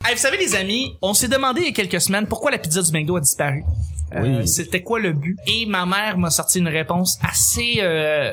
Hey, vous savez, les amis, on s'est demandé il y a quelques semaines pourquoi la pizza du McDo a disparu. Oui. C'était quoi le but? Et ma mère m'a sorti une réponse assez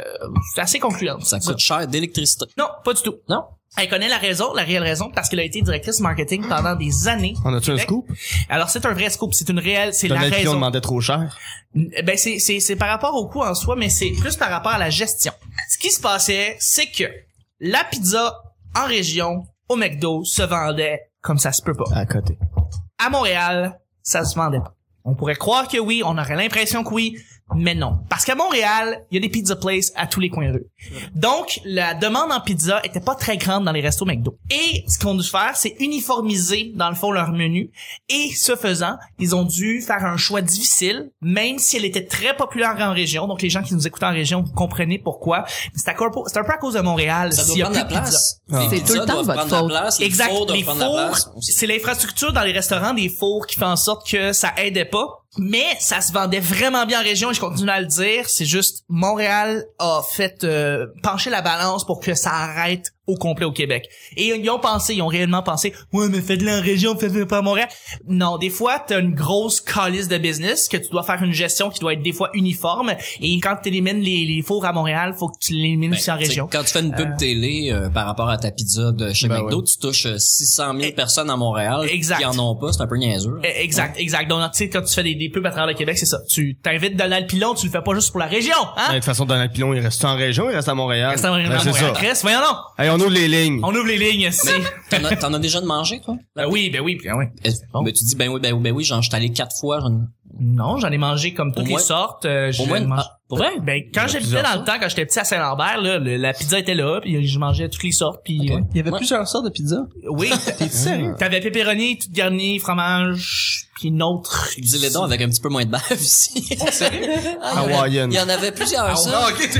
concluante. Ça coûte cher d'électricité. Non, pas du tout. Non? Elle connaît la réelle raison, parce qu'elle a été directrice marketing pendant des années. On a-tu un Québec. scoop? Alors, c'est un vrai scoop, c'est la Donald Pilon raison. demandait trop cher. Ben, c'est par rapport au coût en soi, mais c'est plus par rapport à la gestion. Ce qui se passait, c'est que la pizza en région, au McDo, se vendait comme ça se peut pas. À côté. À Montréal, ça se vendait pas. On pourrait croire que oui, on aurait l'impression que oui, mais non. Parce qu'à Montréal, il y a des pizza places à tous les coins de rue. Donc, la demande en pizza était pas très grande dans les restos McDo. Et ce qu'on a dû faire, c'est uniformiser, dans le fond, leur menu. Et ce faisant, ils ont dû faire un choix difficile, même si elle était très populaire en région. Donc, les gens qui nous écoutent en région, vous comprenez pourquoi. C'est un peu à cause de Montréal. Ça doit s'il y a prendre la plus de pizza. place. C'est tout le temps votre faute. Exact. Les prendre la fours, place aussi. c'est l'infrastructure dans les restaurants des fours qui fait en sorte que ça aidait pas. Mais ça se vendait vraiment bien en région et je continue à le dire. C'est juste, Montréal a fait pencher la balance pour que ça arrête au complet au Québec. Et ils ont réellement pensé, ouais, mais faites-le en région, faites-le pas à Montréal. Non, des fois, t'as une grosse calice de business que tu dois faire une gestion qui doit être des fois uniforme. Et quand tu élimines les fours à Montréal, faut que tu l'élimines aussi en région. Quand tu fais une pub télé par rapport à ta pizza de chez McDo, tu touches 600 000 personnes à Montréal Exact. qui en ont pas, c'est un peu niaiseux. Exact. Donc, tu sais, quand tu fais des pubs à travers le Québec, c'est ça. Tu t'invites Donald Pilon, tu le fais pas juste pour la région, hein? De toute façon, Donald Pilon, il reste en région, il reste à Montréal. Reste à Montréal, Ben, c'est ça. Chris, voyons donc. Hey, on ouvre les lignes. On ouvre les lignes, c'est. T'en as déjà de manger, toi? Oui. Ben oui. Bon. Ben, tu dis, ben oui, genre, je suis allé 4 fois. Non, j'en ai mangé comme toutes Au les moins- sortes. Au moins, pour vrai? Ben, quand j'habitais dans le temps, quand j'étais petit à Saint-Lambert, là, la pizza était là, puis je mangeais toutes les sortes, puis Ok. Il y avait Ouais. plusieurs sortes de pizza. oui. T'es sérieux? T'avais pepperoni, tout garni, fromage, puis une autre. Dis-les donc avec un petit peu moins de bave ici. Hawaïenne. Il y en avait plusieurs, ça. ok.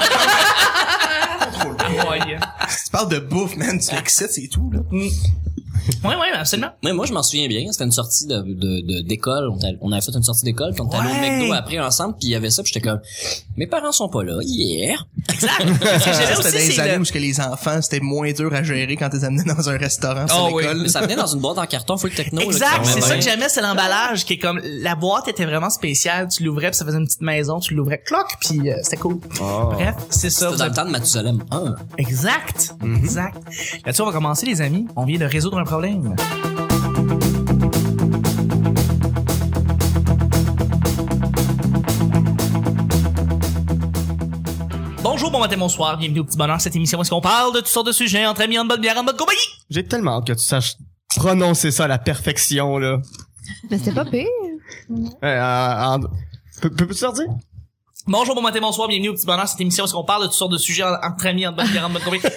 Ouais, Tu parles de bouffe, man. Tu l'excites, c'est tout, là. ouais, absolument. Mais moi, je m'en souviens bien. C'était une sortie d'école. On avait fait une sortie d'école, puis on était allé au Ouais. McDo après ensemble, puis il y avait ça, puis j'étais comme, mes parents sont pas là, hier. Exact. Ce que j'aimais C'était aussi, des c'est années le- où que les enfants, c'était moins dur à gérer quand t'es amené dans un restaurant sur Oh oui, l'école. Mais ça venait dans une boîte en carton full techno. là, Exact, qui c'est ça fermait que bien. j'aimais, c'est l'emballage qui est comme la boîte était vraiment spéciale, tu l'ouvrais puis ça faisait une petite maison, tu l'ouvrais cloc puis c'était cool. Oh. Bref, c'est ça. C'était vous dans le avez- temps de Mathusalem 1. Exact. Exact. Là-dessus, on va commencer les amis. On vient de résoudre un problème. Bonjour, bon matin, bonsoir, bienvenue au Petit Bonheur, cette émission où est-ce qu'on parle de toutes sortes de sujets entre amis, en bonne bière, en bonne compagnie. J'ai tellement hâte que tu saches prononcer ça à la perfection, là. Mais c'était pas pire. Peux-tu leur dire? Bonjour, bon matin, bonsoir, bienvenue au Petit Bonheur, cette émission où est-ce qu'on parle de toutes sortes de sujets entre amis, en bonne bière, en bonne compagnie.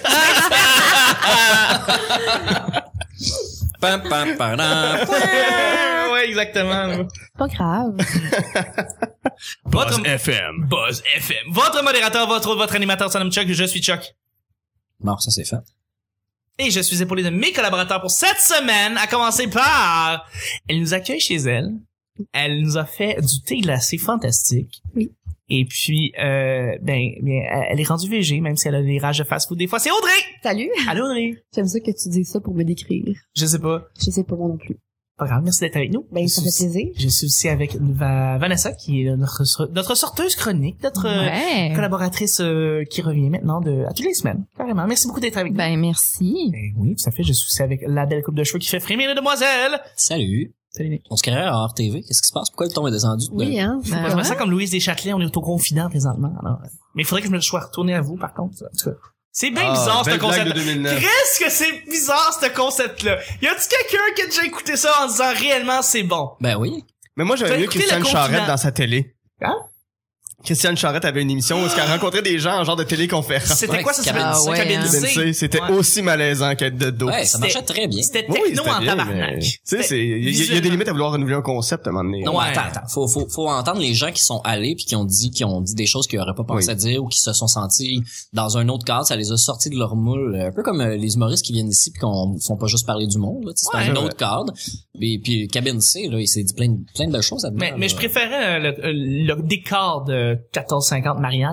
Pam, pam, pam, pam. Ouais, exactement. Pas grave. Votre FM. Buzz FM. Votre modérateur, votre animateur, son nom Chuck, je suis Chuck. Bon, ça c'est fait. Et je suis épaulé de mes collaborateurs pour cette semaine, à commencer par... Elle nous accueille chez elle. Elle nous a fait du thé glacé fantastique. Oui. Et puis, elle est rendue végé, même si elle a des rages de fast-food. Des fois, c'est Audrey! Salut. Allô, Audrey? J'aime ça que tu dis ça pour me décrire. Je sais pas. Je sais pas moi non plus. Pas grave, merci d'être avec nous. Ben, ça Je fait suis- plaisir. Je suis aussi avec Vanessa, qui est notre sorteuse chronique, notre Ouais. collaboratrice qui revient maintenant à toutes les semaines. Carrément. Merci beaucoup d'être avec nous. Ben, merci. Ben oui, tout à fait. Je suis aussi avec la belle coupe de cheveux qui fait frémir les demoiselles. Salut. Salut, Nick. On se carrière à RTV. Qu'est-ce qui se passe? Pourquoi le ton est descendu? Oui, hein. Moi, je me sens comme Louise Deschâtelet, on est au confident présentement. Alors, mais il faudrait que je me sois retourné à vous, par contre. En tout cas. C'est bien bizarre, ce belle blague concept. de 2009. Qu'est-ce que c'est bizarre, ce concept-là? Y a-tu quelqu'un qui a déjà écouté ça en disant réellement c'est bon? Ben oui. Mais moi, T'as j'avais mieux écouté Christiane le Charette continent. dans sa télé. Hein? Christiane Charette avait une émission où elle rencontrait des gens en genre de téléconférence. C'était Ouais, quoi ça Cabine s'appelle? C. Cabine Ah, C. BNC, c'était Ouais. aussi malaisant qu'être de dos. Ouais, ça C'était- marchait très bien. C'était Oui, techno c'était en bien, tabarnak. mais, tu sais, il y a des limites à vouloir renouveler un concept à un moment donné. Non, Ouais. attends. Faut entendre les gens qui sont allés puis qui ont dit des choses qu'ils auraient pas pensé Oui. à dire ou qui se sont sentis dans un autre cadre. Ça les a sortis de leur moule. Un peu comme les humoristes qui viennent ici puis qu'on font pas juste parler du monde, là. Tu sais, c'est Ouais. un autre cadre. Et puis Cabine C, là, il s'est dit plein de belles choses là-dedans. Mais je préférais le décor de 1450 Marianne, là.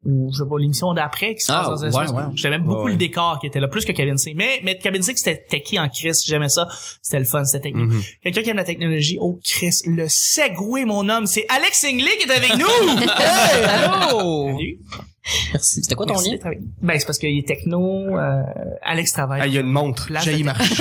ou je sais pas, l'émission d'après qui se passe dans un espace. ouais. J'aimais beaucoup Ouais. le décor qui était là, plus que Cabin 5. Mais Cabin 5, c'était techie en Chris, j'aimais ça. C'était le fun, c'était technique. Quelqu'un qui aime la technologie, oh Chris, le segway, mon homme, c'est Alex Ingley qui est avec nous! Hey, allô! Salut. Merci. C'était quoi ton Merci lien? d'être avec nous. Ben, c'est parce qu'il est techno, Alex travaille. Ah, il y a une montre. J'ai J'ai marché.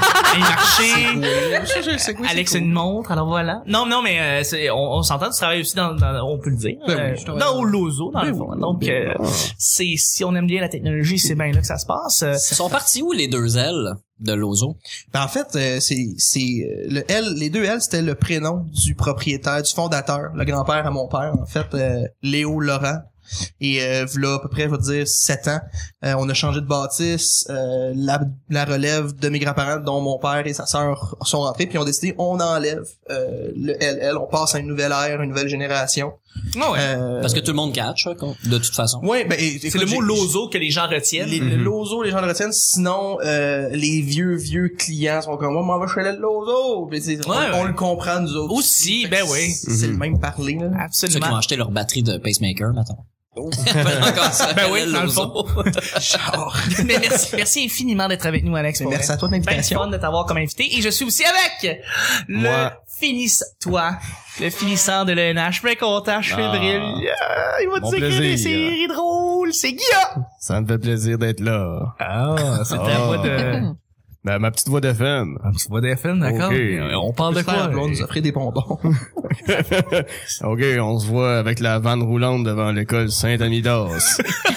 Alex a une montre, alors voilà. Non, mais on s'entend, tu travailles aussi dans on peut le dire, Ben oui, je travaille dans Lozo, dans le fond. Donc, c'est si on aime bien la technologie, c'est bien là que ça se passe. Ils sont partis où les deux ailes de l'Ozo? Ben, en fait, le L, les deux L, c'était le prénom du propriétaire, du fondateur, le grand-père à mon père, en fait, Léo Laurent. Et v'là à peu près, je vais dire, 7 ans, on a changé de bâtisse, la relève de mes grands-parents, dont mon père et sa sœur sont rentrés, puis on décidé, on enlève le LL, on passe à une nouvelle ère, une nouvelle génération. Ouais. Parce que tout le monde catch, de toute façon. Ouais, ben, C'est le mot Lozo que les gens retiennent. Le Lozo, les gens le retiennent. Sinon, les vieux clients sont comme, moi, m'en va chez le Lozo. Puis on le comprend, nous autres. Aussi, Fait ben que oui. C'est le même parler, là. Ceux qui vont Absolument. acheter leur batterie de pacemaker, mettons. Encore ça. Ben oui, dans le fond. Genre. Mais merci infiniment d'être avec nous, Alex. Mais pour merci vrai. à toi de l'invitation. Ben, c'est fun de t'avoir comme invité. Et je suis aussi avec Moi. le finissant de l'ENH. Je suis bien content, je suis fébrile. Il va te Mon écrire des plaisir. séries drôles. C'est Guilla! Ça me fait plaisir d'être là. Ah, c'est ta voix de... Ben, ma petite voix de FM. Un petit voix d'FM, d'accord? Ok. On parle de quoi? On nous offrait des bonbons. OK, on se voit avec la vanne roulante devant l'école Saint-Amidas.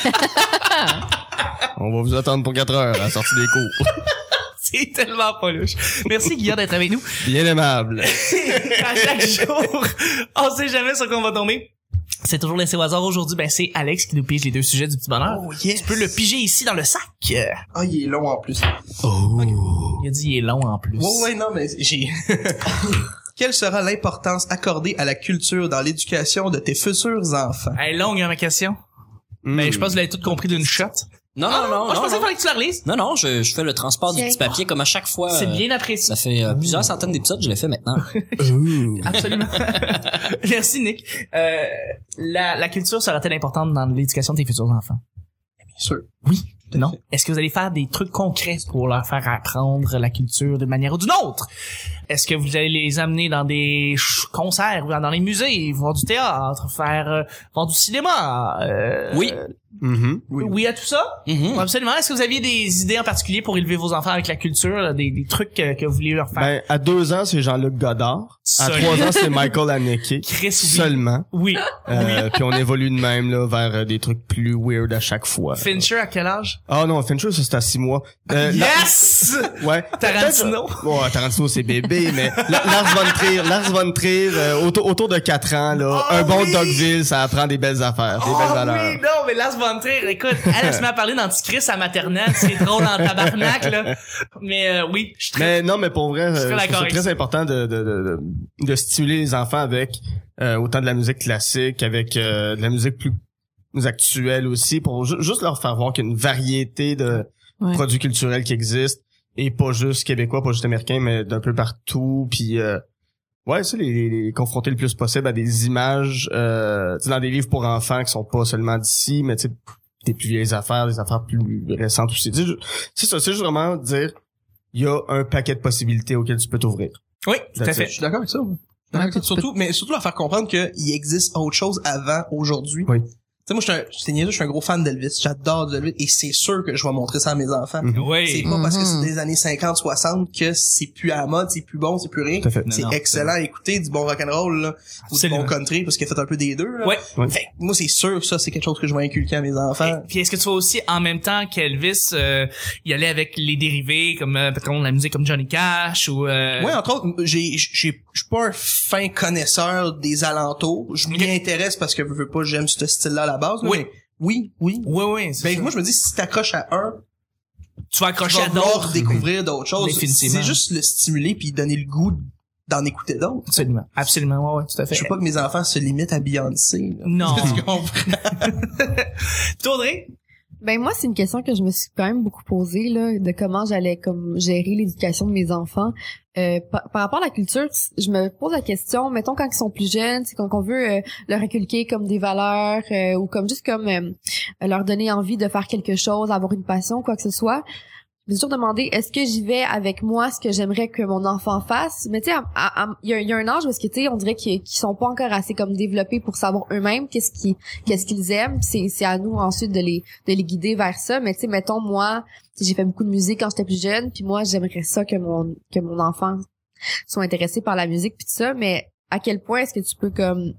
On va vous attendre pour 4 heures à la sortie des cours. C'est tellement pas louche. Merci, Guilla, d'être avec nous. Bien aimable. À chaque jour, on sait jamais sur quoi on va tomber. C'est toujours laissé au hasard. Aujourd'hui, ben, c'est Alex qui nous pige les deux sujets du petit bonheur. Oh, yes. Tu peux le piger ici dans le sac. Ah, il est long en plus. Il a dit il est long en plus. Ouais, non, mais j'ai... Quelle sera l'importance accordée à la culture dans l'éducation de tes futurs enfants? Elle est longue, hein, ma question. Mais je pense que vous l'avez tout compris d'une shot. Non, non, non, Moi, je non, pensais qu'il non. fallait que tu la relises. Non, non, je fais le transport du Tiens. petit papier comme à chaque fois. C'est bien apprécié. Ça fait plusieurs centaines d'épisodes, je l'ai fait maintenant. Absolument. Merci, Nick. La culture sera-t-elle importante dans l'éducation de tes futurs enfants? Bien sûr. Oui. Non. Est-ce que vous allez faire des trucs concrets pour leur faire apprendre la culture d'une manière ou d'une autre? Est-ce que vous allez les amener dans des concerts, dans les musées, voir du théâtre, voir du cinéma? Oui. Oui à tout ça? Mhm. Absolument. Est-ce que vous aviez des idées en particulier pour élever vos enfants avec la culture, des trucs que vous vouliez leur faire? Ben, à 2 ans, c'est Jean-Luc Godard. À Solide. 3 ans, c'est Michael Haneke. Chris, oui. Seulement. Oui. Puis on évolue de même, là, vers des trucs plus weird à chaque fois. Fincher, à quel âge? Ah non, Fincher, ça, c'est à 6 mois. Yes! Ouais. Tarantino. Ouais, Tarantino, c'est bébé, mais Lars von Trier, autour de 4 ans, là, Oh, un bon oui! Dogville, ça apprend des belles affaires, des belles valeurs. Oui, non, mais Lars von Trier, écoute, elle se met à parler d'antichrist à maternelle, c'est drôle en tabarnak, là. Mais oui, je suis très... Mais non, mais pour vrai, Je suis je très trouve d'accord ça avec très ça. important de stimuler les enfants avec autant de la musique classique, avec de la musique plus actuelle aussi, pour juste leur faire voir qu'il y a une variété de Ouais. produits culturels qui existent, et pas juste québécois, pas juste américains, mais d'un peu partout, puis ouais, ça, les confronter le plus possible à des images tu sais, dans des livres pour enfants qui sont pas seulement d'ici, mais tu sais, des plus vieilles affaires, des affaires plus récentes aussi. Tu sais, c'est ça, c'est juste vraiment dire il y a un paquet de possibilités auxquelles tu peux t'ouvrir. Oui, tout à That's fait. it. Je suis d'accord avec ça. Oui. Surtout leur faire comprendre qu'il existe autre chose avant aujourd'hui. Oui. Tu sais, moi, je suis un gros fan d'Elvis. J'adore Elvis et c'est sûr que je vais montrer ça à mes enfants. Oui. C'est pas parce que c'est des années 50, 60 que c'est plus à la mode, c'est plus bon, c'est plus rien. Tout à fait. C'est Non, excellent à écouter, du bon rock'n'roll, là. Ou du Absolument. bon country, parce qu'il a fait un peu des deux, là. Ouais. Ouais. Fait que moi, c'est sûr que ça, c'est quelque chose que je vais inculquer à mes enfants. Puis est-ce que tu vois aussi en même temps qu'Elvis y allait avec les dérivés comme peut-être la musique comme Johnny Cash ou Ouais, entre autres, je suis pas un fin connaisseur des alentours. Je m'y intéresse parce que je veux pas, j'aime ce style-là à la base. Là, Oui. mais oui. oui, c'est Ben ça. moi je me dis si t'accroches à un, tu vas tu accrocher vas à vouloir d'autres. découvrir d'autres choses. Définitivement. C'est juste le stimuler puis donner le goût d'en écouter d'autres. Absolument, ouais, tout à fait. Je veux pas que mes enfants se limitent à Beyoncé. Là. Non. Tu comprends? Toi, Audrey? Ben moi, c'est une question que je me suis quand même beaucoup posée là, de comment j'allais comme gérer l'éducation de mes enfants. Par rapport à la culture, je me pose la question, mettons quand ils sont plus jeunes, c'est quand on veut leur inculquer comme des valeurs ou comme juste comme leur donner envie de faire quelque chose, avoir une passion, quoi que ce soit. Je me suis toujours demandé, est-ce que j'y vais avec moi ce que j'aimerais que mon enfant fasse? Mais tu sais, il y a un âge où est-ce que tu sais, on dirait qu'ils sont pas encore assez comme développés pour savoir eux-mêmes qu'est-ce qu'ils aiment. C'est à nous ensuite de les guider vers ça. Mais tu sais, mettons moi, j'ai fait beaucoup de musique quand j'étais plus jeune, puis moi j'aimerais ça que mon enfant soit intéressé par la musique puis tout ça. Mais à quel point est-ce que tu peux comme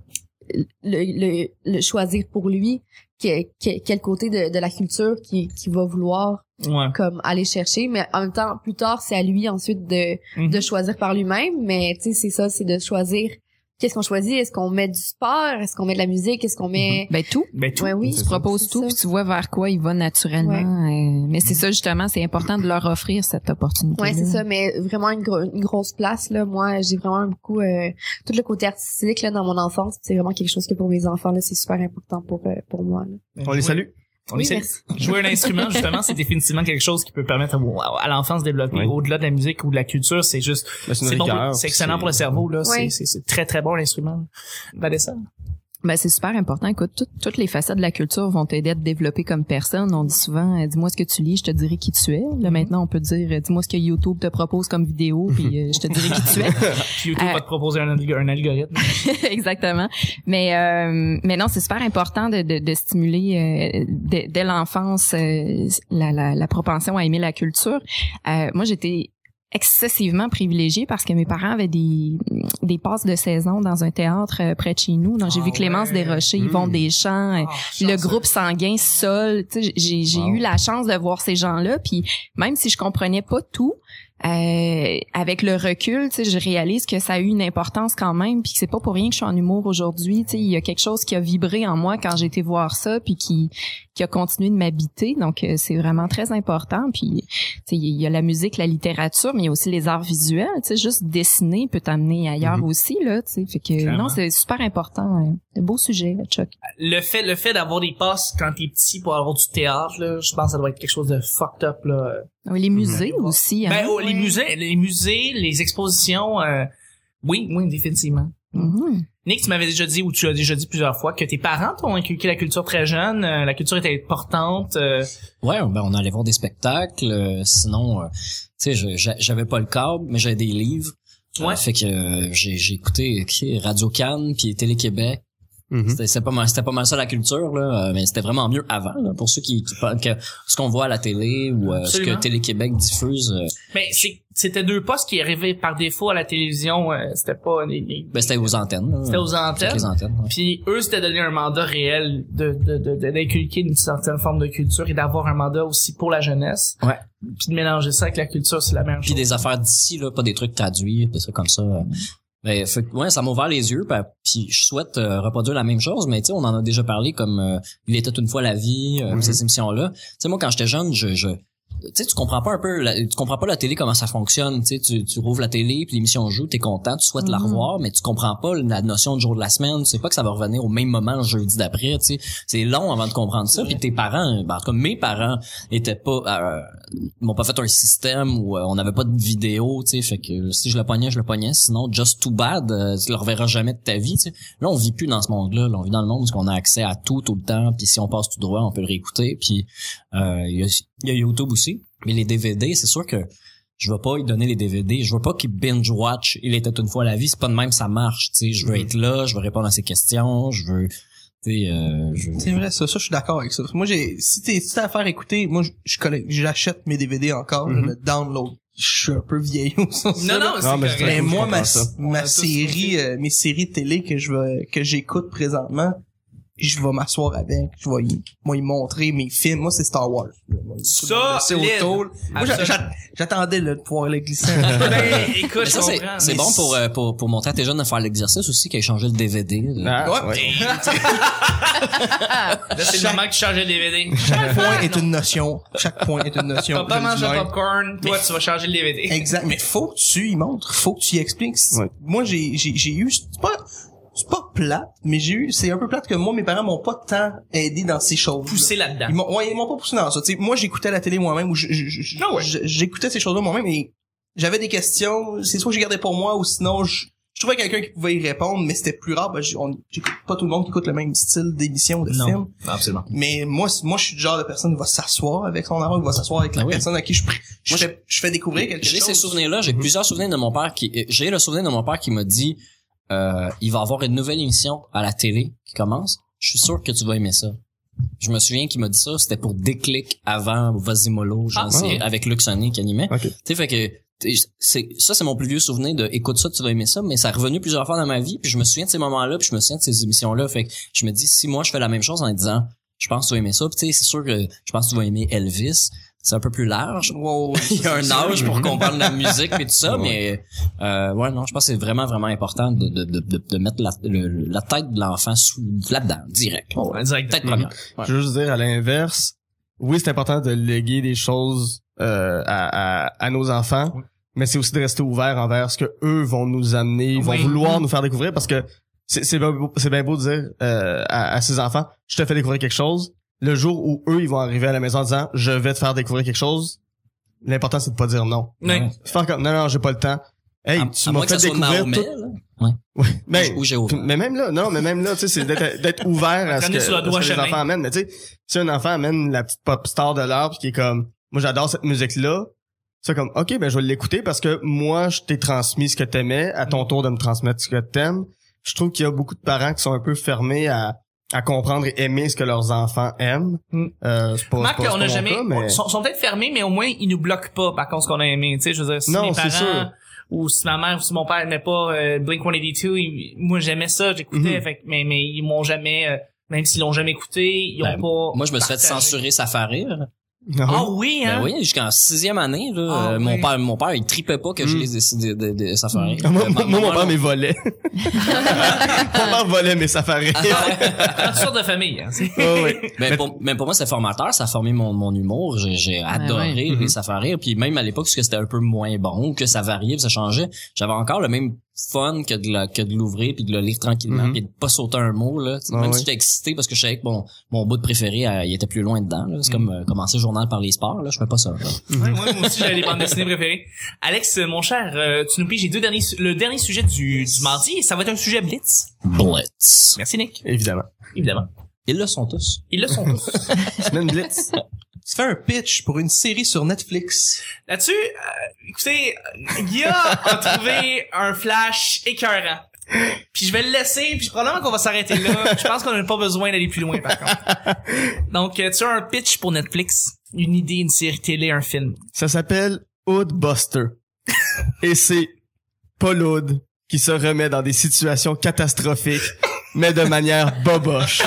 le choisir pour lui? Quel côté de la culture qui va vouloir comme aller chercher, mais en même temps plus tard c'est à lui ensuite de choisir par lui-même. Mais tu sais, c'est ça, c'est de choisir qu'est-ce qu'on choisit. Est-ce qu'on met du sport, est-ce qu'on met de la musique, est-ce qu'on met tout. Ouais, oui, tu proposes tout, puis tu vois vers quoi il va naturellement. Ouais. Mais c'est ça justement, c'est important de leur offrir cette opportunité. Ouais, c'est ça, mais vraiment une grosse place là. Moi, j'ai vraiment beaucoup tout le côté artistique là dans mon enfance. C'est vraiment quelque chose que pour mes enfants là, c'est super important pour moi. Là. On les salue. On essaie de jouer un instrument, justement, c'est définitivement quelque chose qui peut permettre à l'enfance de développer au-delà de la musique ou de la culture. C'est juste, c'est bon, c'est excellent pour le cerveau, là. C'est très, très bon, l'instrument. Vanessa? Ben, c'est super important. Écoute, toutes les facettes de la culture vont t'aider à te développer comme personne. On dit souvent, dis-moi ce que tu lis, je te dirai qui tu es. Là, maintenant, on peut dire, dis-moi ce que YouTube te propose comme vidéo, puis je te dirai qui tu es. Puis YouTube va te proposer un algorithme. Exactement. Mais non, c'est super important de stimuler dès l'enfance la propension à aimer la culture. Moi, j'étais excessivement privilégiée parce que mes parents avaient des passes de saison dans un théâtre près de chez nous. Donc j'ai vu Clémence Desrochers, Yvon Deschamps, le groupe Sanguin, Sol. Tu sais, j'ai eu la chance de voir ces gens-là. Puis même si je comprenais pas tout, avec le recul, tu sais, je réalise que ça a eu une importance quand même, puis que c'est pas pour rien que je suis en humour aujourd'hui. Tu sais, il y a quelque chose qui a vibré en moi quand j'ai été voir ça, puis qui a continué de m'habiter. Donc c'est vraiment très important. Puis tu sais, il y a la musique, la littérature, mais il y a aussi les arts visuels. Tu sais, juste dessiner peut t'amener ailleurs aussi là. Tu sais, fait que clairement. Non, c'est super important. Un beau sujet, Chuck. Le fait d'avoir des passes quand t'es petit pour avoir du théâtre, là, je pense que ça doit être quelque chose de fucked up là. Oui, les musées aussi. Hein? Ben, les musées, les expositions, oui, définitivement. Nick, tu m'avais déjà dit, ou tu as déjà dit plusieurs fois, que tes parents t'ont inculqué la culture très jeune, la culture était importante. Ouais, ben on allait voir des spectacles, sinon, tu sais, j'avais pas le câble, mais j'avais des livres. Ouais. Fait que j'ai écouté Radio Cannes puis Télé-Québec. C'était pas mal ça la culture là, mais c'était vraiment mieux avant là, pour ceux qui parlent que ce qu'on voit à la télé ou ce que Télé-Québec diffuse. Mais c'était deux postes qui arrivaient par défaut à la télévision, c'était pas Ben c'était aux antennes. Là. C'était aux antennes. Les antennes. Ouais. Puis eux c'était donner un mandat réel d'inculquer une certaine forme de culture et d'avoir un mandat aussi pour la jeunesse. Ouais. Puis de mélanger ça avec la culture, c'est la même chose. Puis des affaires d'ici là, pas des trucs traduits, des trucs comme ça. Ben, ouais, ça m'a ouvert les yeux, puis je souhaite reproduire la même chose, mais tu sais, on en a déjà parlé comme Il était une fois la vie, ces émissions-là. Tu sais, moi, quand j'étais jeune, tu sais, tu comprends pas la télé, comment ça fonctionne. Tu sais, tu rouvres la télé, puis l'émission joue, t'es content, tu souhaites la revoir, mais tu comprends pas la notion de jour de la semaine. Tu sais pas que ça va revenir au même moment le jeudi d'après. Tu sais, c'est long avant de comprendre ça. Puis tes parents, ben, en tout cas mes parents, étaient pas, m'ont pas fait un système où on n'avait pas de vidéo. Tu sais, fait que si je le pognais. Sinon, just too bad, tu le reverras jamais de ta vie. Tu sais, là on vit plus dans ce monde-là. Là, on vit dans le monde où on a accès à tout le temps. Puis si on passe tout droit, on peut le réécouter. Puis il y a YouTube aussi. Mais les DVD, c'est sûr que je veux pas y donner les DVD. Je veux pas qu'ils binge-watch Il était une fois la vie. C'est pas de même ça marche. Tu sais, je veux être là, je veux répondre à ses questions, je veux... C'est vrai, ça, je suis d'accord avec ça. Moi, si t'as à faire écouter, moi, j'achète mes DVD encore, je le download. Je suis un peu vieillot sur ça. Non, c'est correct. Mais moi, ma série, mes séries de télé que j'écoute présentement, je vais m'asseoir avec, je vais y montrer mes films. Moi, c'est Star Wars. Ça, c'est autour. Moi, j'attendais de pouvoir le glisser. Ben, écoute, mais ça, c'est bon pour montrer à tes jeunes de faire l'exercice aussi, qu'ils changé le DVD. Ouais. Là, c'est le moment que tu changes le DVD. Chaque point est une notion. Papa mange un popcorn, toi, tu vas changer le DVD. Exact. Mais faut que tu y montres. Faut que tu y expliques. Ouais. Moi, j'ai eu, c'est pas plate, mais c'est un peu plate que moi, mes parents m'ont pas tant aidé dans ces choses. Poussé là-dedans. Ils m'ont pas poussé dans ça. Tu sais, moi, j'écoutais la télé moi-même, ou j'écoutais ces choses-là moi-même, et j'avais des questions, c'est soit que je gardais pour moi, ou sinon, je trouvais quelqu'un qui pouvait y répondre, mais c'était plus rare. J'écoute pas tout le monde qui écoute le même style d'émission, de film. Non, absolument. Mais moi, je suis le genre de personne qui va s'asseoir avec son enfant, qui va s'asseoir avec la personne à qui je fais découvrir quelque chose. J'ai ces souvenirs-là, j'ai plusieurs souvenirs de mon père j'ai le souvenir de mon père qui m'a dit, il va avoir une nouvelle émission à la télé qui commence. Je suis sûr que tu vas aimer ça. Je me souviens qu'il m'a dit ça, c'était pour Déclic avant Vas-y Mollo, avec Luc Sonny qui animait. Okay. Tu sais, fait que c'est mon plus vieux souvenir de écoute ça, tu vas aimer ça, mais ça est revenu plusieurs fois dans ma vie, puis je me souviens de ces moments-là, puis je me souviens de ces émissions-là, fait que je me dis si moi je fais la même chose en disant je pense que tu vas aimer ça, puis tu sais c'est sûr que je pense que tu vas aimer Elvis, c'est un peu plus large. Wow. Il y a un âge pour comprendre la musique et tout ça, mais non, je pense que c'est vraiment vraiment important de mettre la tête de l'enfant là-dedans direct. Direct. Tête première. Je veux juste dire à l'inverse, oui, c'est important de léguer des choses à nos enfants, mais c'est aussi de rester ouvert envers ce que eux vont nous amener, vont vouloir nous faire découvrir, parce que c'est bien beau de dire à ses enfants, je te fais découvrir quelque chose. Le jour où eux ils vont arriver à la maison en disant je vais te faire découvrir quelque chose, l'important c'est de pas dire non. Oui. Faire comme non, j'ai pas le temps. Hey, tu m'as fait découvrir tout. Ouais. Mais même là, tu sais, c'est d'être ouvert à ce que les enfants amènent. Mais tu sais, si un enfant amène la petite pop star de l'art qui est comme moi j'adore cette musique là, c'est comme ok, ben je vais l'écouter parce que moi je t'ai transmis ce que t'aimais, à ton tour de me transmettre ce que t'aimes. Je trouve qu'il y a beaucoup de parents qui sont un peu fermés à comprendre et aimer ce que leurs enfants aiment. C'est pas Marc, on a jamais cas, mais... sont peut-être fermés, mais au moins ils nous bloquent pas par contre ce qu'on a aimé, tu sais, je veux dire si non, mes c'est parents sûr. ou si ma mère ou si mon père n'aimait pas Blink-182, moi j'aimais ça, j'écoutais, fait, mais ils m'ont jamais même s'ils l'ont jamais écouté, ils ont pas moi je me suis fait censurer Safari. Ah oui, hein? Ben oui, jusqu'en 6e année, là, mon père, il tripait pas que je les décide de Safari. Mon père mes volait. Mon père volait mes Safari. Une sorte de famille, hein. Mais pour moi, c'est formateur, ça a formé mon humour. J'ai adoré les Safari. Puis même à l'époque, parce que c'était un peu moins bon, que ça variait, puis ça changeait, j'avais encore le même fun que de l'ouvrir puis de le lire tranquillement puis de pas sauter un mot là. Même si j'étais excité parce que je savais que mon bout de préféré il était plus loin dedans là. C'est comme commencer le journal par les sports là, je fais pas ça. Ouais, moi aussi j'avais des bandes dessinées préférées. Alex, mon cher, tu nous piges le dernier sujet du mardi, ça va être un sujet blitz. Blitz. Merci Nick. Évidemment. Ils le sont tous. Semaine blitz. Tu fais un pitch pour une série sur Netflix. Là-dessus, écoutez, Guilla a trouvé un flash écœurant. Puis je vais le laisser, puis probablement qu'on va s'arrêter là. Je pense qu'on n'a pas besoin d'aller plus loin, par contre. Donc, tu as un pitch pour Netflix, une idée, une série télé, un film. Ça s'appelle Hoodbuster. Et c'est Paul Hood qui se remet dans des situations catastrophiques, mais de manière boboche.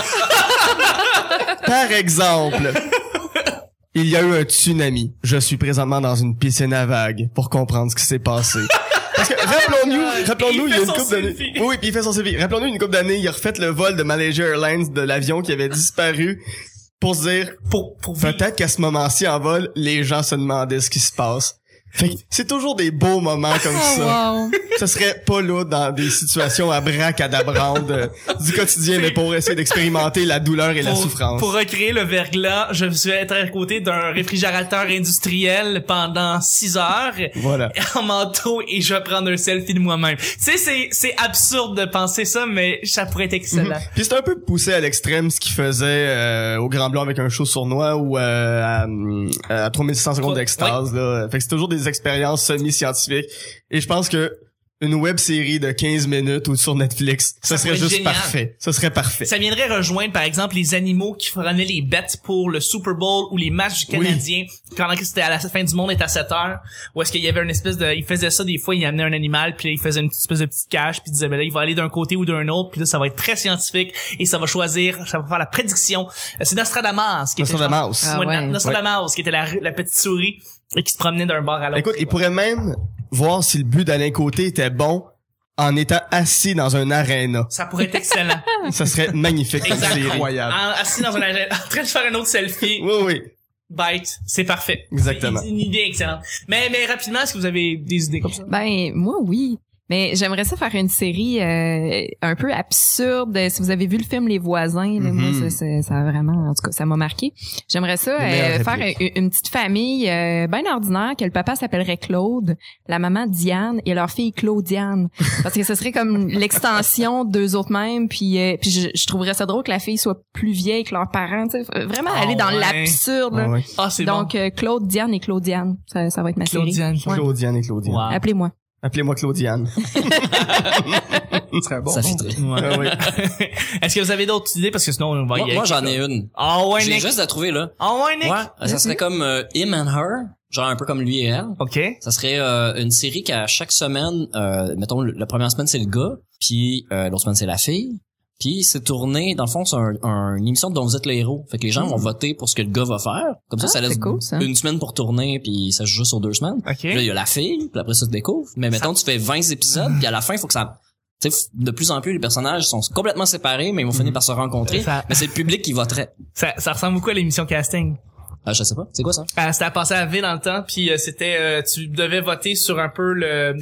Par exemple... Il y a eu un tsunami. Je suis présentement dans une piscine à vagues pour comprendre ce qui s'est passé. Parce que, rappelons-nous, il y a une couple d'années. Oui, puis il fait son selfie. Rappelons-nous, une couple d'années, il a refait le vol de Malaysia Airlines de l'avion qui avait disparu pour se dire, peut-être qu'à ce moment-ci en vol, les gens se demandaient ce qui se passe. Fait que c'est toujours des beaux moments comme ça. Wow. Ce serait pas là dans des situations abracadabrantes du quotidien, mais pour essayer d'expérimenter la douleur et la souffrance. Pour recréer le verglas, je vais être à côté d'un réfrigérateur industriel pendant 6 heures. Voilà. En manteau et je vais prendre un selfie de moi-même. Tu sais, c'est absurde de penser ça, mais ça pourrait être excellent. Puis c'est un peu poussé à l'extrême ce qu'il faisait au Grand Blanc avec un show sournois ou à 3600 secondes d'extase. Là. Fait que c'est toujours des expériences semi-scientifiques. Et je pense que une web série de 15 minutes ou sur Netflix, ça serait juste génial. parfait. Ça serait parfait. Ça viendrait rejoindre, par exemple, les animaux qui prenaient les bêtes pour le Super Bowl ou les matchs du Canadien pendant que c'était à la fin du monde est à 7 heures. Ou est-ce qu'il y avait une espèce de, il faisait ça des fois, il amenait un animal puis là, il faisait une espèce de petite cage puis il disait, ben là, il va aller d'un côté ou d'un autre puis là, ça va être très scientifique et ça va choisir, ça va faire la prédiction. C'est Nostradamus qui était, Nostradamus qui était la petite souris et qui se promenait d'un bord à l'autre. Écoute, il pourrait même voir si le but d'Alain Côté était bon en étant assis dans un aréna. Ça pourrait être excellent. Ça serait magnifique. C'est incroyable. Assis dans un aréna, en train de faire un autre selfie. Oui. Bite, c'est parfait. Exactement. C'est une idée excellente. Mais rapidement, est-ce que vous avez des idées comme ça? Ben, moi, oui. Mais j'aimerais ça faire une série un peu absurde. Si vous avez vu le film Les Voisins, là, moi ça a vraiment, en tout cas, ça m'a marqué. J'aimerais ça faire une petite famille bien ordinaire, que le papa s'appellerait Claude, la maman Diane et leur fille Claudiane, parce que ce serait comme l'extension d'eux autres mêmes. Puis je trouverais ça drôle que la fille soit plus vieille que leurs parents. Tu sais, vraiment aller dans l'absurde. Là. Ouais. Ah, c'est Donc Claude, Diane et Claudiane, ça va être ma Claudiane. série. Ouais. Claudiane et Claudiane. Wow. Appelez-moi. Appelez-moi Claudiane. Ce serait bon. Ça fitterait. Ouais. Ouais. Est-ce que vous avez d'autres idées? Parce que sinon, on va y aller. Moi, j'en ai une. Ah ouais, J'ai Nick. juste à trouver, là. Ah ouais, Nick. Ouais, ça serait comme Him and Her, genre un peu comme lui et elle. OK. Ça serait une série qu'à chaque semaine, mettons, la première semaine, c'est le gars, puis l'autre semaine, c'est la fille. Puis c'est tourné, dans le fond, c'est une émission dont vous êtes le héros. Fait que les gens vont voter pour ce que le gars va faire. Comme ça laisse cool, ça. une semaine pour tourner, puis ça se joue sur 2 semaines. OK. Puis là, il y a la fille, puis après ça se découvre. Mais mettons, tu fais 20 épisodes, puis à la fin, il faut que ça... Tu sais, de plus en plus, les personnages sont complètement séparés, mais ils vont finir par se rencontrer. Mais c'est le public qui voterait. Ça ressemble beaucoup à l'émission Casting. Je sais pas. C'est quoi ça? C'était à passer à V dans le temps, puis c'était tu devais voter sur un peu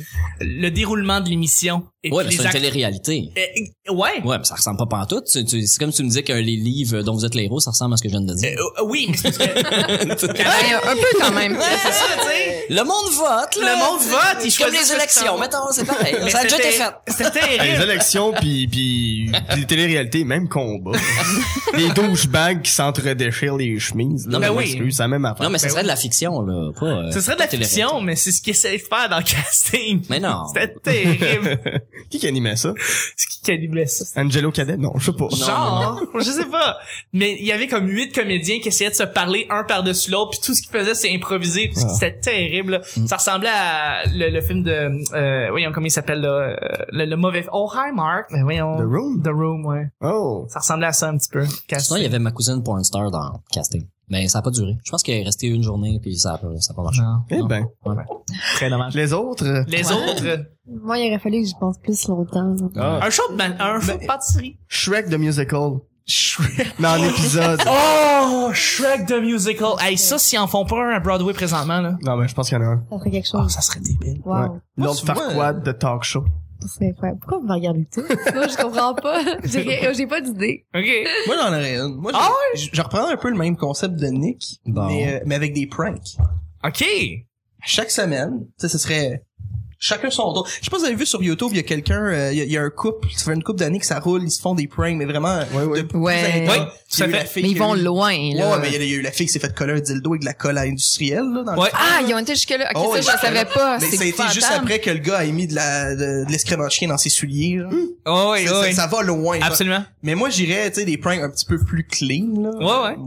le déroulement de l'émission. Et Ouais, puis mais c'est une télé-réalité. Ouais. Ouais, mais ça ressemble pas pantoute. C'est comme si tu me disais que les livres dont vous êtes les héros, ça ressemble à ce que je viens de dire. Oui, mais c'est parce que Un peu quand même. c'est ça, tu sais. Le monde vote, là. Le monde vote, ils Comme choisissent les élections, mettons, c'est pareil. Mais Ça a déjà été c'était- fait. C'était Les terrible. élections puis les téléréalités, même combat. Les douchebags qui s'entre-déchirent les chemises. Là, Non, mais moi, oui. c'est la même affaire. Non, mais ça Ben serait oui. de la fiction, là. Pas, Ce serait de la télé-réalité. fiction, mais c'est ce qu'ils essaient de faire dans le casting. Mais non. C'était terrible. Qui animait ça? Ce qui animait ça. Angelo Cadet? Non, je sais pas. Genre, je sais pas. Mais il y avait comme 8 comédiens qui essayaient de se parler un par-dessus l'autre, puis tout ce qu'ils faisaient, c'est improviser, puis c'était terrible. Là. Ça ressemblait à le film de voyons comment il s'appelle là, le mauvais Oh Hi Mark. Mais voyons. The Room? The Room, ouais. Oh. Ça ressemblait à ça un petit peu. Sinon, il y avait ma cousine Pornstar dans le casting. Mais ça a pas duré. Je pense qu'elle est restée une journée, puis ça a pas marché. Non. Eh ben. Très dommage. Les autres? Les autres, Moi, il aurait fallu que j'y pense plus longtemps. un show de pâtisserie. Shrek the Musical. Mais en épisode. Oh, Shrek the Musical. Hey, ça, s'ils en font pas un à Broadway présentement, là. Non, mais je pense qu'il y en a un. Ça ferait quelque Oh, chose. ça serait débile. Wow. Ouais. Lord tu vois, Farquaad de Talk Show. Ça serait incroyable. Pourquoi vous me regardez tout? Moi, je comprends pas. J'ai pas d'idée. OK. Moi, j'en aurais une. Moi, Ah je reprends un peu le même concept de Nick, Bon. mais avec des pranks. OK. Chaque semaine, tu sais, ce serait chacun son tour. Je sais pas si vous avez vu sur YouTube, il y a quelqu'un, il y a un couple, ça fait une couple d'années que ça roule, ils se font des pranks, mais vraiment Ouais. de plus Ouais. intenses. Ouais, Il y a eu tout à la fait. fille Mais ils qui a vont eu- loin, là. Ouais, mais il y a eu la fille qui s'est fait coller un dildo avec de la colle industrielle, là, dans Ouais. le Ah, ils ont été jusque-là. Ok, Oh, ça, ouais. je savais pas. Mais C'est ça a été juste épouvantable. après que le gars a mis de l'excrément de chien dans ses souliers, là. Oh, oui, Ça- oui. ça va loin. Absolument. Mais moi, j'irais, tu sais, des pranks un petit peu plus clean, là. Ouais.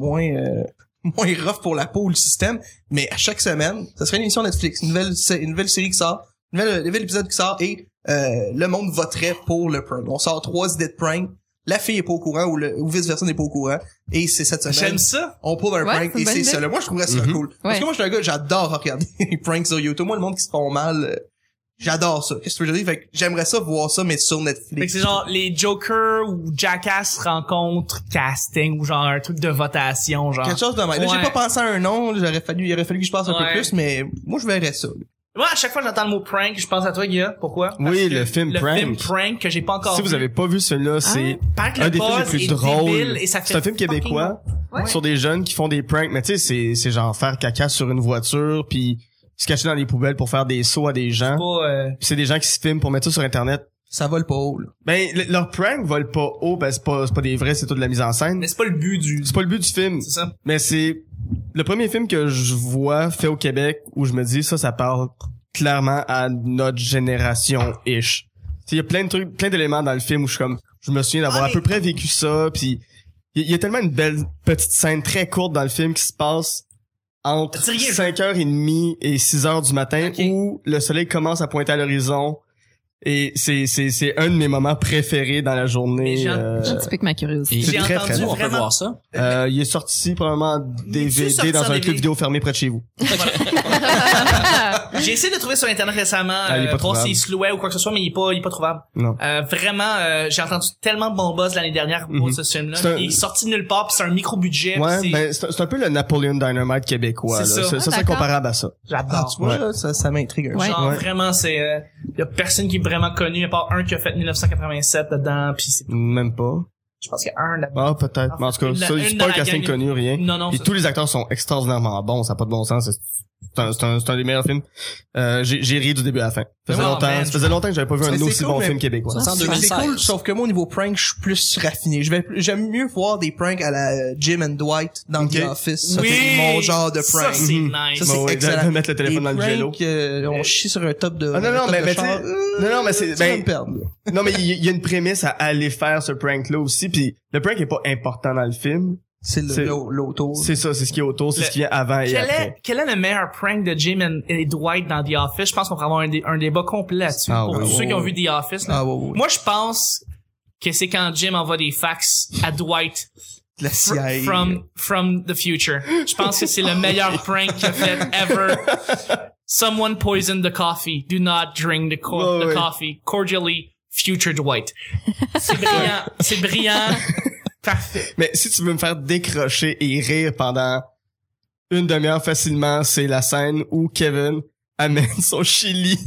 Moins rough pour la peau ou le système. Mais à chaque semaine, ça serait une émission Netflix, une nouvelle série qui sort, nouvel épisode qui sort et le monde voterait pour le prank. On sort 3 idées de prank. La fille est pas au courant ou vice-versa n'est pas au courant. Et c'est cette semaine. J'aime ça. On pull un Ouais, prank c'est et une bonne c'est idée. ça. Là, moi, je trouverais ça cool. Parce que moi, je suis un gars, j'adore regarder les pranks sur YouTube. Moi, le monde qui se font mal, j'adore ça. Qu'est-ce que je veux dire? Fait que j'aimerais ça voir ça, mais sur Netflix. Fait que c'est genre les Joker ou Jackass rencontrent casting ou genre un truc de votation, genre. Quelque chose de même. Là, Ouais. j'ai pas pensé à un nom. Il aurait fallu que je pense un peu Ouais. plus, mais moi, je verrais ça. Moi, à chaque fois que j'entends le mot prank, je pense à toi, Guilla. Pourquoi? Parce Oui, que le film Le Prank. film Prank que j'ai pas encore Si vu. vous avez pas vu celui-là, c'est Paraît que un le des films les buzz plus est drôles. débile et ça fait C'est un film fucking québécois Ouais. sur des jeunes qui font des pranks, mais tu sais, c'est genre faire caca sur une voiture puis se cacher dans les poubelles pour faire des sauts à des gens. pas, Puis c'est des gens qui se filment pour mettre ça sur internet. Ça vole pas haut, là. Ben leurs pranks volent pas haut, ben c'est pas des vrais, c'est tout de la mise en scène. mais c'est pas le but du... C'est pas le but du film, C'est ça. mais c'est le premier film que je vois fait au Québec où je me dis ça parle clairement à notre génération ish. Il y a plein de trucs, plein d'éléments dans le film où je me souviens d'avoir à peu près vécu ça, puis il y a tellement une belle petite scène très courte dans le film qui se passe entre Dis rien, 5h30 et 6h du matin Ok. où le soleil commence à pointer à l'horizon et c'est un de mes moments préférés dans la journée. Mais Un petit peu que ma curiosité. Et C'est J'ai très, entendu très on peut vraiment... voir ça. il est sorti probablement est-tu sorti DVD dans en un DVD? club vidéo fermé près de chez vous. J'ai essayé de trouver sur internet récemment, il est pas voir trouvable. s'il se louait ou quoi que ce soit, mais il est pas trouvable. Non. Vraiment, j'ai entendu tellement de bons buzz l'année dernière pour Mhm. ce film-là. C'est un- Il est sorti de nulle part, puis c'est un micro-budget. Ouais, puis ben c'est un peu le Napoleon Dynamite québécois. C'est là. ça. Ça serait d'accord. comparable à ça. Ah, J'adore. tu vois, Ouais. là, ça m'intrigue un peu. Ouais. Genre Ouais. vraiment, c'est y a personne qui est vraiment connu, à part un qui a fait 1987 dedans, puis c'est... Même pas. Je pense qu'il y a un là-dedans. Ah, peut-être. Mais en tout cas, ça, une c'est dans pas un la casting gang. connu, rien. Non, Et c'est tous les acteurs sont extraordinairement bons, ça n'a pas de bon sens. C'est un des meilleurs films. J'ai ri du début à la fin. Ça faisait longtemps que j'avais pas vu un C'est aussi cool, bon mais- film québécois. Ça sent C'est 2016. cool, sauf que moi, au niveau prank, je suis plus raffiné. J'aime mieux voir des pranks à la Jim and Dwight dans Ok. The Office. Ça, Oui! c'est mon genre de Ça, prank. c'est Mhm. nice. Ça, c'est Bon, ouais, excellent. de mettre le téléphone dans le jello. On chie sur un top de... Ah, non, top mais de tu sais, char. non, mais c'est, Tu vas ben, me perdre, là. non, mais il y a une prémisse à aller faire ce prank-là aussi, puis le prank est pas important dans le film. C'est c'est- l'auto. C'est ça, c'est ce qui est autour, c'est ce qui vient avant et après. Quel est le meilleur prank de Jim et Dwight dans The Office? Je pense qu'on pourrait avoir un débat complet là-dessus Ah, pour ouais, tous ceux ouais, qui ont ouais. vu The Office. Là. Ah, ouais. Moi, je pense que c'est quand Jim envoie des fax à Dwight La CIA. from the future. Je pense que c'est le meilleur prank qu'il a fait ever. Someone poisoned the coffee. Do not drink the Ouais, ouais. coffee. Cordially, future Dwight. C'est brillant. C'est brillant. Parfait. Mais si tu veux me faire décrocher et rire pendant une demi-heure facilement, c'est la scène où Kevin amène son chili.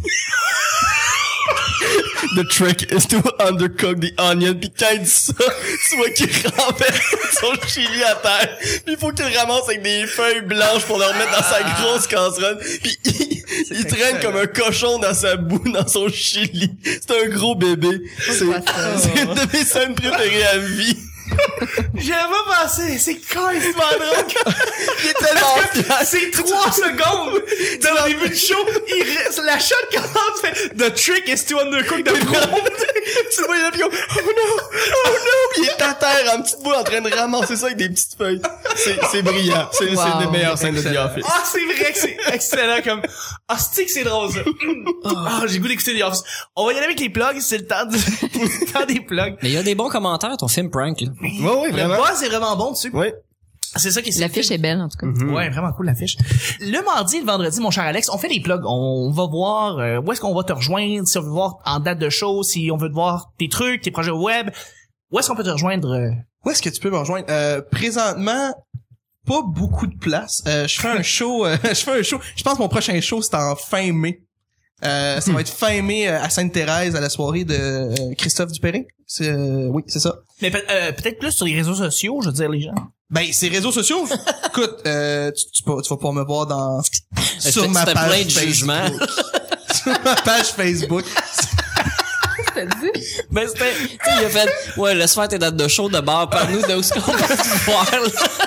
The trick is to undercook the onion. Pis quand il dit ça, tu vois qu'il renverse son chili à terre. Pis il faut qu'il le ramasse avec des feuilles blanches pour le remettre dans sa grosse casserole. Pis il traîne comme un cochon dans sa boue, dans son chili. C'est un gros bébé. C'est une de mes scènes préférées à vie. J'avais pas pensé. C'est carrément drôle. Il est tellement C'est 3 secondes dans le début du show. La shot commence, fait The trick is to undercook the brown. Tu vois, il est là, pis comme, oh no, pis il est à terre en petite boule en train de ramasser ça avec des petites feuilles. C'est brillant. C'est Wow. une des meilleures scènes de The Office. Ah, c'est vrai que c'est excellent comme, ah, c'est que c'est drôle, ça. Ah, j'ai le goût d'écouter The Office. On va y aller avec les plugs, c'est le temps des plugs. Mais il y a des bons commentaires, ton film Prank, là. Ouais, vraiment. Ouais, c'est vraiment bon dessus. Ouais. C'est ça qui est L'affiche est belle, en tout cas. Ouais, vraiment cool l'affiche. Le mardi et le vendredi, mon cher Alex, on fait des plugs. On va voir où est-ce qu'on va te rejoindre, si on veut voir en date de show, si on veut te voir tes trucs, tes projets web. Où est-ce qu'on peut te rejoindre? Où est-ce que tu peux me rejoindre? Présentement, pas beaucoup de place. Je fais un show, je pense que mon prochain show, c'est en fin mai. Ça va être fin mai à Sainte-Thérèse, à la soirée de Christophe Dupérin. Oui, c'est ça. Mais peut-être plus sur les réseaux sociaux, je veux dire, les gens. Ben, ces réseaux sociaux, écoute, tu vas pouvoir me voir sur ma C'était page plein de Facebook. jugements. Sur ma page Facebook. T'as dit? Ben, c'était, tu sais, il a fait, ouais, laisse faire tes dates de show de bar par nous, de où est-ce qu'on va te voir, là.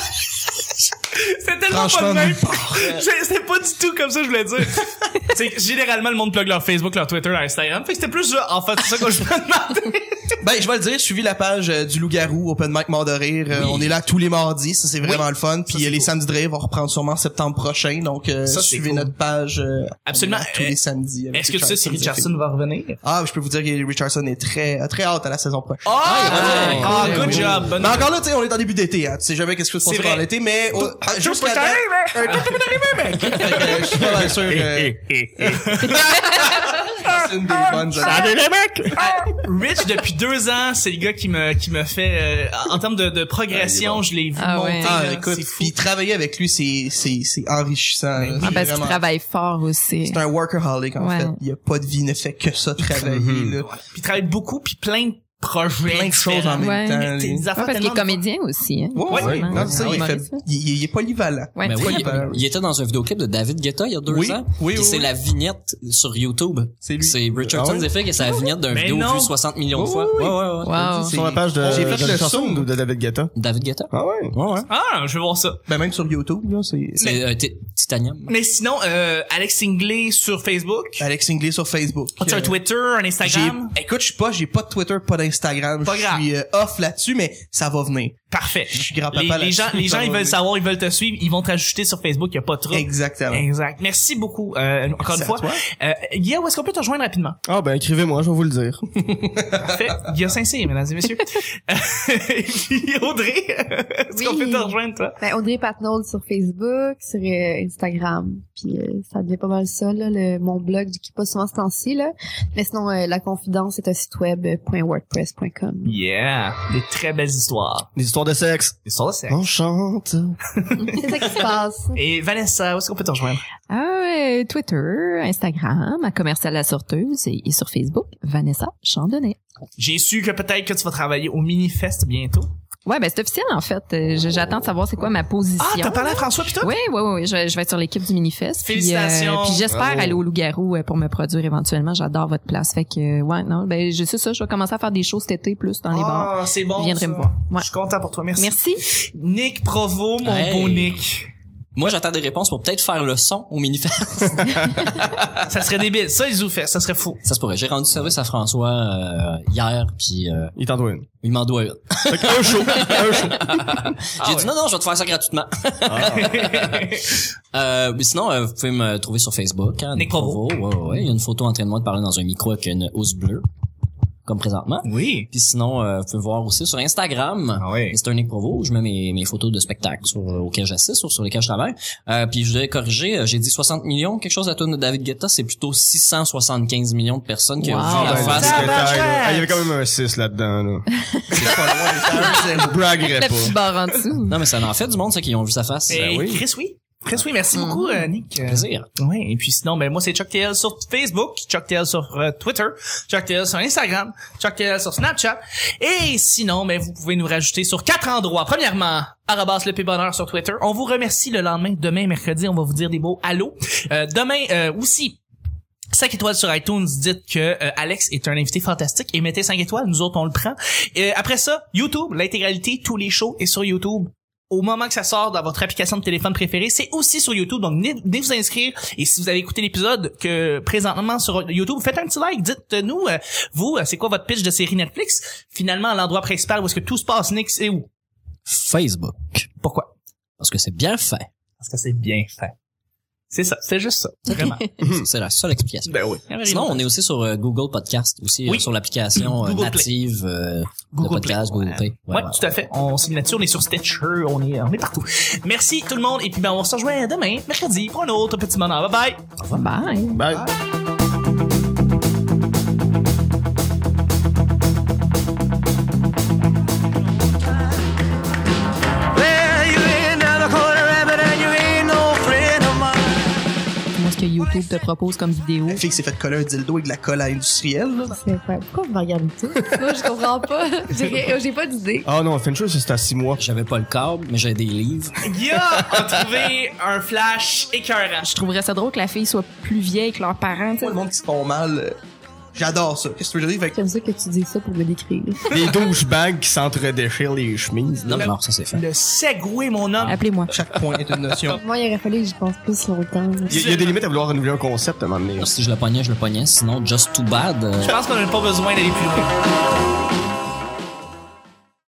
C'est tellement pas Franchement, le même. nulle part. C'était pas du tout comme ça, je voulais dire. C'est généralement, le monde plug leur Facebook, leur Twitter, leur Instagram. Fait que c'était plus genre, en fait, c'est ça que je me demandais. Ben, je vais le dire, suivi la page du Loup-Garou, Open Mic Mort de Rire. Oui. On est là tous les mardis, ça c'est vraiment le fun. Puis c'est les cool. samedis de rire vont reprendre sûrement en septembre prochain. Donc, Ça, c'est suivez cool. notre page. Absolument. On est là tous les samedis. avec Est-ce que tu sais si Richardson. Richardson va revenir? Ah, je peux vous dire que Richardson est très hâte à la saison prochaine. Ah, good oui. job. Bonne Mais encore là, tu sais, on est en début d'été, hein. Tu sais jamais qu'est-ce que se passe C'est dans vrai. l'été, mais jusqu'à peut date, arriver. je suis pas mal sûr que c'est une des bonnes années. Rich, depuis 2 ans, c'est le gars qui me fait, en termes de progression, je l'ai vu Ah monter. ouais. Ah, là, écoute, c'est fou. puis travailler avec lui, c'est enrichissant. là. Ah, parce qu'il Vraiment. travaille fort aussi. C'est un workaholic, en Ouais. fait. Il a pas de vie, il ne fait que ça, travailler, là. Puis il travaille beaucoup, puis plein de projets. Plein de choses en différents. même Ouais. temps. Des lui. affaires Ouais, parce qu'il est tellement- comédien aussi, hein. Ouais, Ouais. non, c'est ça, il humoriste, fait, il est polyvalent. Ouais. Ben tu oui, sais. il était dans un vidéoclip de David Guetta il y a 2 Oui, ans. oui, Puis oui, c'est oui. la vignette sur YouTube. C'est lui. C'est Richardson Ah ouais? Zephyr qui est sa vignette d'un Mais vidéo non. vue 60 millions de Oui, fois. oui, oui. Ouais. Wow. C'est- Sur la page de J'ai fait le Richardson son. ou de David Guetta? David Guetta. Ah ouais? Ouais. Ah, je vais voir ça. Ben, même sur YouTube, là, c'est C'est Titanium. Mais sinon, Alex Inglé sur Facebook. Alex Inglé sur Facebook. As-tu un Twitter, un Instagram? Écoute, j'ai pas de Twitter, pas d'Instagram. Pas grave. Je suis off là-dessus, mais ça va venir. Parfait. Je suis grand-papa Les là-dessus, gens, ça ils va veulent venir. savoir, ils veulent te suivre, ils vont te rajouter sur Facebook, il y a pas de trouble. Exactement. Exact. Merci beaucoup, encore Merci une à fois. toi. Guilla, où est-ce qu'on peut te rejoindre rapidement? Ah ben écrivez-moi, je vais vous le dire. Parfait. Guilla Saint-Cyr, mesdames et messieurs. Puis Audrey, est-ce qu'on Oui. peut te rejoindre, toi? Ben, Audrey Patnaud sur Facebook, sur Instagram. Puis ça devient pas mal ça, là, mon blog qui est pas souvent ce temps-ci, là. Mais sinon, La Confidence, c'est un site web .wordpress.com. Yeah. Des très belles histoires. Des histoires Histoire de sexe. Histoire de sexe. On chante. C'est ça qui se passe. Et Vanessa, où est-ce qu'on peut te rejoindre? Twitter, Instagram, à Commercial La Sorteuse et sur Facebook, Vanessa Chandonnet. J'ai su que peut-être que tu vas travailler au Minifest bientôt. Ouais, ben c'est officiel en fait. J'attends de savoir c'est quoi ma position. Ah, t'as parlé à François pis tout? Oui. Je vais être sur l'équipe du Minifest. Félicitations. Puis j'espère Bravo. aller au Loup-Garou pour me produire éventuellement. J'adore votre place. Fait que je sais ça. Je vais commencer à faire des shows cet été plus dans les bars. Ah, c'est bon. Vous viendrez ça. me voir. Ouais. Je suis content pour toi. Merci. Merci. Nick Provo, mon Hey. beau Nick. Moi, j'attends des réponses pour peut-être faire le son au Minifest. Ça serait débile. Ça, ils ont fait. Ça serait fou. Ça se pourrait. J'ai rendu service à François hier, puis Il t'en doit une. il m'en doit une. Fait que un show. J'ai dit non, je vais te faire ça gratuitement. Mais sinon, vous pouvez me trouver sur Facebook. Hein, Nick Provo. Ouais. Il y a une photo en train de moi de parler dans un micro avec une housse bleue, comme présentement. Oui. Puis sinon, vous pouvez voir aussi sur Instagram, oui. Mr. Nick Provo, où je mets mes photos de spectacles auxquels j'assiste, sur lesquels je travaille. Puis je devais corriger, j'ai dit 60 millions, quelque chose à la tourne de David Guetta, c'est plutôt 675 millions de personnes qui ont Wow. vu Ah, la ben, face. le Tabarnak! détail, là. Ah, il y avait quand même un 6 là-dedans, là. C'est pas loin, c'est un zéro. Je braguerais Le petit pas. bar en dessous. Non, mais ça en fait du monde, ça, qui ont vu sa face. Et Ben oui. Chris, oui. Chris, oui. Merci beaucoup, Nick. Plaisir. Oui, et puis sinon, ben moi c'est Chuck TL sur Facebook, Chuck TL sur Twitter, Chuck TL sur Instagram, Chuck TL sur Snapchat. Et sinon, ben vous pouvez nous rajouter sur 4 endroits. Premièrement, @lepbonheur sur Twitter. On vous remercie le lendemain. Demain, mercredi, on va vous dire des mots allô. Demain aussi. 5 étoiles sur iTunes, dites que Alex est un invité fantastique et mettez 5 étoiles, nous autres on le prend. Après ça, YouTube, l'intégralité, tous les shows est sur YouTube. Au moment que ça sort dans votre application de téléphone préférée, c'est aussi sur YouTube. Donc, venez vous inscrire. Et si vous avez écouté l'épisode que présentement sur YouTube, faites un petit like. Dites-nous, vous, c'est quoi votre pitch de série Netflix? Finalement, l'endroit principal où est-ce que tout se passe, Nick, c'est où? Facebook. Pourquoi? Parce que c'est bien fait. Parce que c'est bien fait. C'est ça, c'est juste ça. Vraiment. C'est la seule explication. Ben oui. Sinon, on est aussi sur Google Podcast, aussi Oui. sur l'application Google Play. native de Google podcast, Play. Google Play. Ouais, tout à fait. On s'est mis là-dessus, on est sur Stitcher, on est partout. Merci tout le monde. Et puis, ben, on se rejoint demain, mercredi, pour un autre petit bonheur. Bye bye! Bye. Bye. Moi, ce que YouTube te propose comme vidéo. La fille qui s'est fait coller un dildo avec de la colle à industrielle, là. C'est incroyable. Pourquoi vous me regardez tout? Moi, je comprends pas. J'ai pas d'idée. Ah non, Fincher, c'est à 6 mois. J'avais pas le câble, mais j'avais des livres. Guilla a trouvé un flash écœurant. Je trouverais ça drôle que la fille soit plus vieille que leurs parents, tu sais. Moi, le monde qui se font mal, j'adore ça. Qu'est-ce que tu veux dire? Fait que J'aime ça que tu dis ça pour me décrire. Les douchebags qui s'entre-déchirent les chemises. Non, mais non, ça c'est fait. Le segway, mon homme. Appelez-moi. chaque point est une notion. Moi, il aurait fallu que j'y pense plus longtemps. Il y a des limites à vouloir renouveler un concept à un moment donné. Si je le pognais, je le pognais. Sinon, just too bad. Je pense qu'on n'a pas besoin d'aller plus loin.